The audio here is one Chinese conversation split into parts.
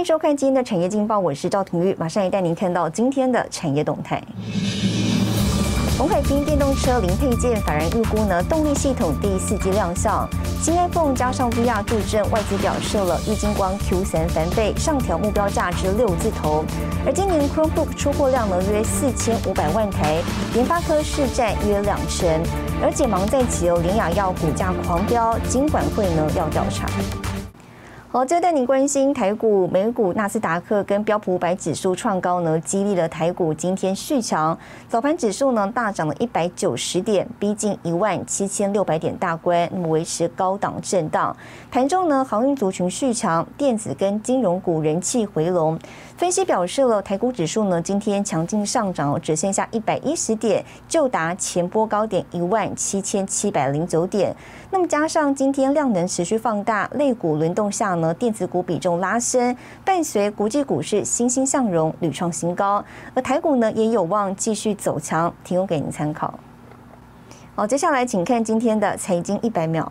收看今天的产业劲报，我是赵廷玉，马上也带您看到今天的产业动态。鸿海金电动车零配件法人预估呢，动力系统第4季亮相，新 iPhone 加上 VR 助阵，外资表示了玉晶光 Q3翻倍，上调目标价值6字头。而今年 Chromebook 出货量呢约4500万台，联发科市占约2成。而解盲在即哦，联亚药股价狂飙，金管会呢要调查。好，接着带您关心台股、美股、纳斯达克跟标普500指数创高呢，激励了台股今天续强。早盘指数呢大涨了190点，逼近17600点大关，那么维持高档震荡。盘中呢，航运族群续强，电子跟金融股人气回笼。分析表示了，台股指数呢今天强劲上涨，只剩下110点，就达前波高点17709点。那么加上今天量能持续放大，类股轮动下呢，电子股比重拉升，伴随国际股市欣欣向荣，屡创新高。而台股呢也有望继续走强，提供给您参考。好，接下来请看今天的财经100秒。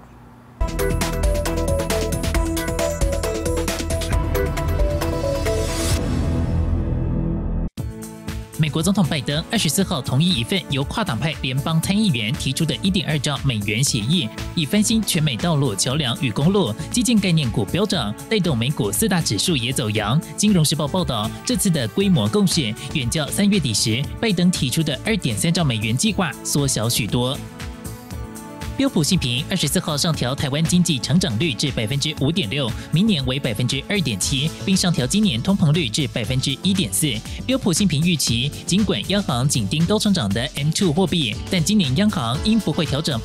美国总统拜登24号同意一份由跨党派联邦参议员提出的1.2兆美元协议，以翻新全美道路、桥梁与公路，基建概念股飙涨，带动美股4大指数也走扬。金融时报报道，这次的规模共识远较3月底时拜登提出的2.3兆美元计划缩小许多。标普信评24号上调台湾经济成长率至5.6%，明年为2.7%，并上调今年通膨率至1.4%。标普信评预期，尽管央行紧盯高成长的 M2 货币，但今年央行应不会调整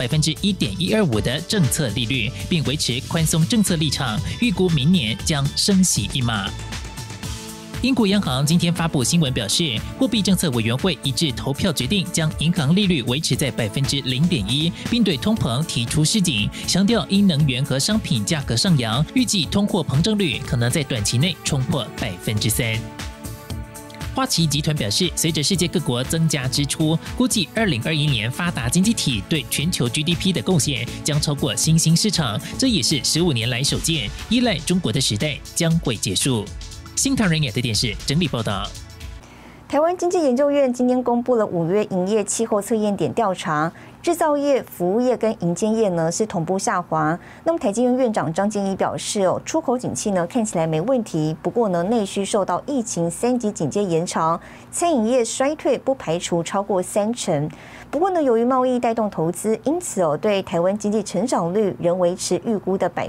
1.125%的政策利率，并维持宽松政策立场，预估明年将升息1码。英国央行今天发布新闻表示，货币政策委员会一致投票决定将银行利率维持在0.1%，并对通膨提出示警，强调因能源和商品价格上扬，预计通货膨胀率可能在短期内冲破3%。花旗集团表示，随着世界各国增加支出，估计2021年发达经济体对全球 GDP 的贡献将超过新兴市场，这也是15年来首见，依赖中国的时代将会结束。新唐人亚太电视整理报道。 台湾经济研究院今天公布了5月营业气候测验点调查，制造业、服务业跟营建业呢是同步下滑。那么台经院院长张建一表示哦，出口景气呢看起来没问题，不过呢内需受到疫情3级警戒延长，餐饮业衰退不排除超过3成。不过呢，由于贸易带动投资，因此哦对台湾经济成长率仍维持预估的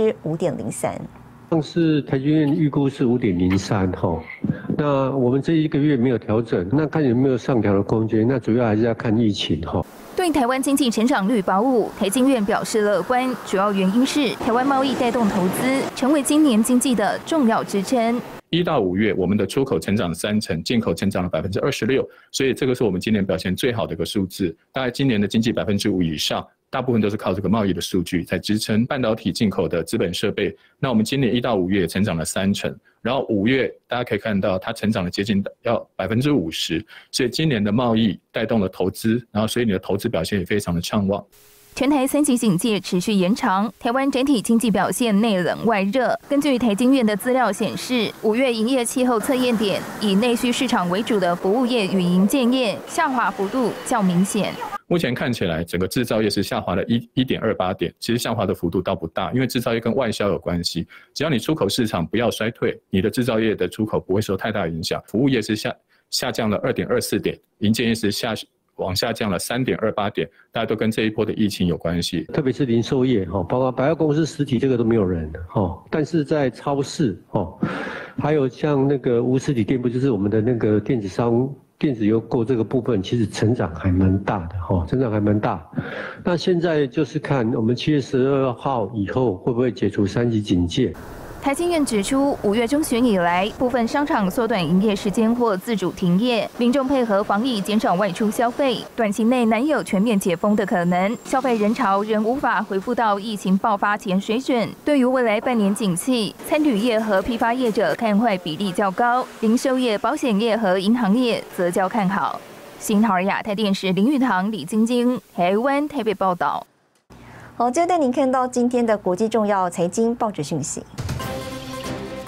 5.03%。 上次台积院预估是5.03哈，那我们这1个月没有调整，那看有没有上调的空间，那主要还是要看疫情哈。 对台湾经济成长率保五，台经院表示乐观，主要原因是台湾贸易带动投资，成为今年经济的重要支撑。 1到5月，我们的出口成长3成，进口成长了26%，所以这个是我们今年表现最好的一个数字。大概今年的经济5%以上。大部分都是靠这个贸易的数据在支撑半导体进口的资本设备。那我们今年1到5月也成长了3成，然后5月大家可以看到它成长了接近要50%，所以今年的贸易带动了投资，然后所以你的投资表现也非常的畅旺。 全台3级警戒持续延长，台湾整体经济表现内冷外热。根据台经院的资料显示，5月营业气候测验点以内需市场为主的服务业与营建业下滑幅度较明显。 目前看起来，整个制造业是下滑了1.28点，其实下滑的幅度倒不大，因为制造业跟外销有关系。只要你出口市场不要衰退，你的制造业的出口不会受太大影响。服务业是下降了2.24点，营建业是往下降了3.28点，大家都跟这一波的疫情有关系。 特别是零售业哈，包括百货公司实体这个都没有人哈，但是在超市哈，还有像那个无实体店铺，就是我们的那个电子邮购这个部分，其实成长还蛮大的哈，成长还蛮大。那现在就是看我们7月12号以后会不会解除3级警戒。 台经院指出，5月中旬以来，部分商场缩短营业时间或自主停业，民众配合防疫减少外出消费，短期内难有全面解封的可能，消费人潮仍无法恢复到疫情爆发前水准。对于未来半年景气，餐旅业和批发业者看坏比例较高，零售业、保险业和银行业则较看好。新唐人亚太电视林玉堂、李晶晶，台湾台北报道。 好，接着带您看到今天的国际重要财经报纸讯息。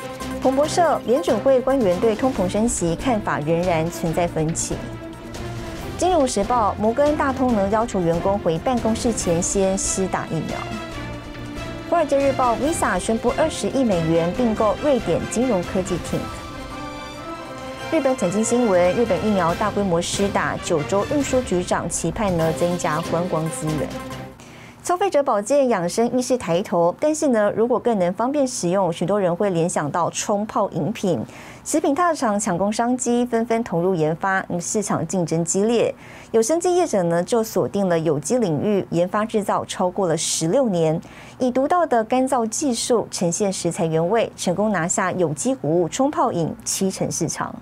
彭博社，联准会官员对通膨升息看法仍然存在分歧。金融时报，摩根大通呢要求员工回办公室前先施打疫苗。华尔街日报 ，Visa 宣布20亿美元并购瑞典金融科技 Think。日本财经新闻，日本疫苗大规模施打，9州运输局长期盼呢增加观光资源。消费者保健养生意识抬头，但是呢，如果更能方便使用，许多人会联想到冲泡饮品。食品大厂抢攻商机，纷纷投入研发，市场竞争激烈。有生技业者呢，就锁定了有机领域，研发制造超过了16年，以独到的干燥技术呈现食材原味，成功拿下有机谷物冲泡饮70%市场。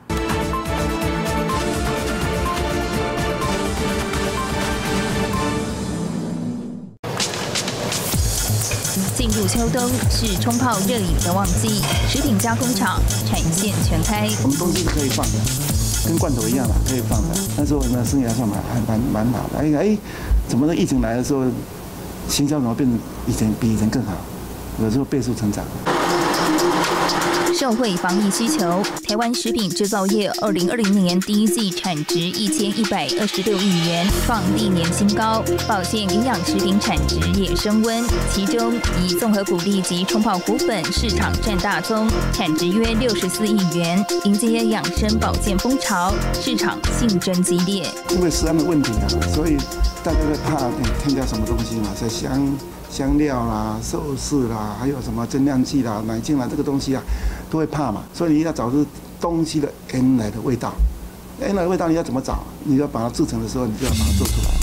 进入秋冬是冲泡热饮的旺季，食品加工厂产线全开。 我们东西是可以放的，跟罐头一样的，可以放的。那时候呢，生意还算蛮好的。怎么的？疫情来的时候，行销怎么变成比以前更好？有时候倍数成长。 受惠防疫需求，台湾食品制造业2020年第一季产值1126亿元，创历年新高。保健营养食品产值也升温，其中以综合谷粒及冲泡谷粉市场占大宗，产值约64亿元，迎接养生保健风潮，市场竞争激烈。 因为食安的问题啊，所以大家在怕添加什么东西嘛，在香料啦、寿司啦，还有什么增量剂啦、奶精啦，这个东西啊，都会怕嘛。所以你要找出东西的原来的味道，原来的味道你要怎么找？你要把它制成的时候，你就要把它做出来。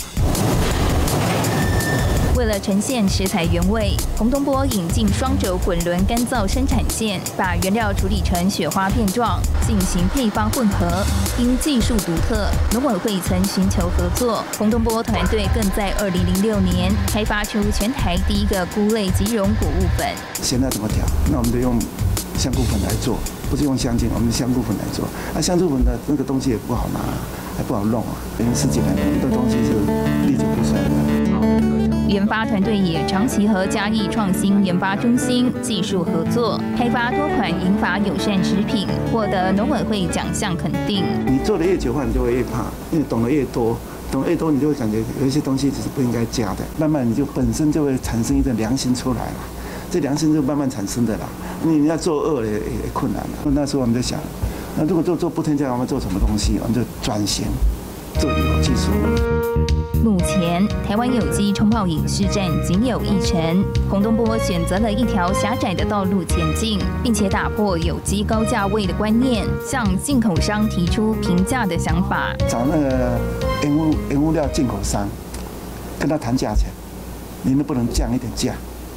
为了呈现食材原味，洪东波引进双轴滚轮干燥生产线，把原料处理成雪花片状，进行配方混合。因技术独特，农委会曾寻求合作，洪东波团队更在2006年开发出全台第一个菇类即溶谷物粉。 现在怎么调？那我们就用香菇粉来做，不是用香精，我们香菇粉来做。那香菇粉的那个东西也不好拿，还不好弄啊，因为10几年的东西是历久不衰的。 研发团队也长期和嘉义创新研发中心技术合作，开发多款银发友善食品，获得农委会奖项肯定。 你做的越久的话，你就会越怕，因为懂得越多，你就会感觉有一些东西只是不应该加的，慢慢你就本身就会产生一个良心出来了，这良心就慢慢产生的啦。你要做恶也困难了。那时候我们就想，那如果做不添加，我们做什么东西？我们就转型做有技术。 目前，台湾有机冲泡饮市占仅有1成。洪东波选择了一条狭窄的道路前进，并且打破有机高价位的观念，向进口商提出平价的想法。 找那个原物料进口商，跟他谈价钱，你能不能降一点价？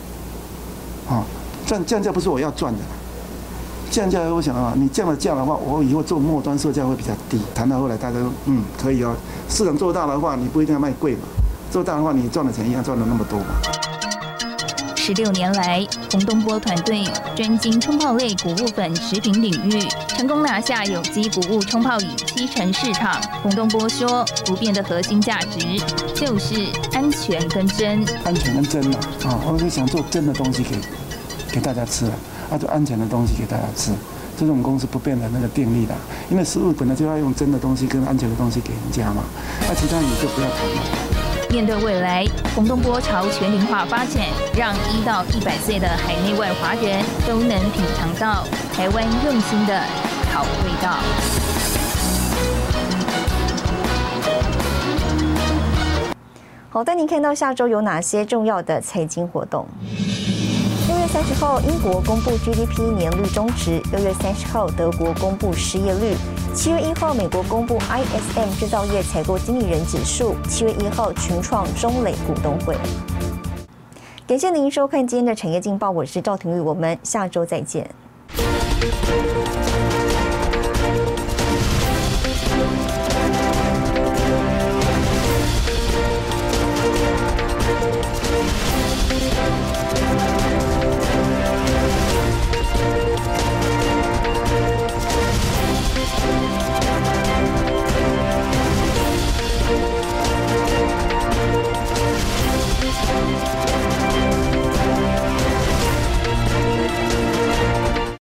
降价不是我要赚的。降价，我想啊，你降了价的话，我以后做末端售价会比较低。谈到后来，大家说，可以哦。市场做大的话，你不一定要卖贵嘛。做大的话，你赚的钱一样赚了那么多嘛。 16年来，洪东波团队专精冲泡类谷物粉食品领域，成功拿下有机谷物冲泡饮70%市场。洪东波说，不变的核心价值就是安全跟真。 安全跟真嘛，我就想做真的东西给大家吃了。就安全的东西给大家吃，这是我们公司不变的那个定力的。因为食物本来就要用真的东西跟安全的东西给人家嘛，其他你就不要谈了。 面对未来，洪东波朝全龄化发展，让1到100岁的海内外华人都能品尝到台湾用心的好味道。 好，带您看到下周有哪些重要的财经活动。6月30号，英国公布 GDP 年率终值；6月30号，德国公布失业率；7月1号，美国公布 ISM 制造业采购经理人指数；7月1号，群创中磊股东会。感谢您收看今天的产业劲报，我是赵廷玉，我们下周再见。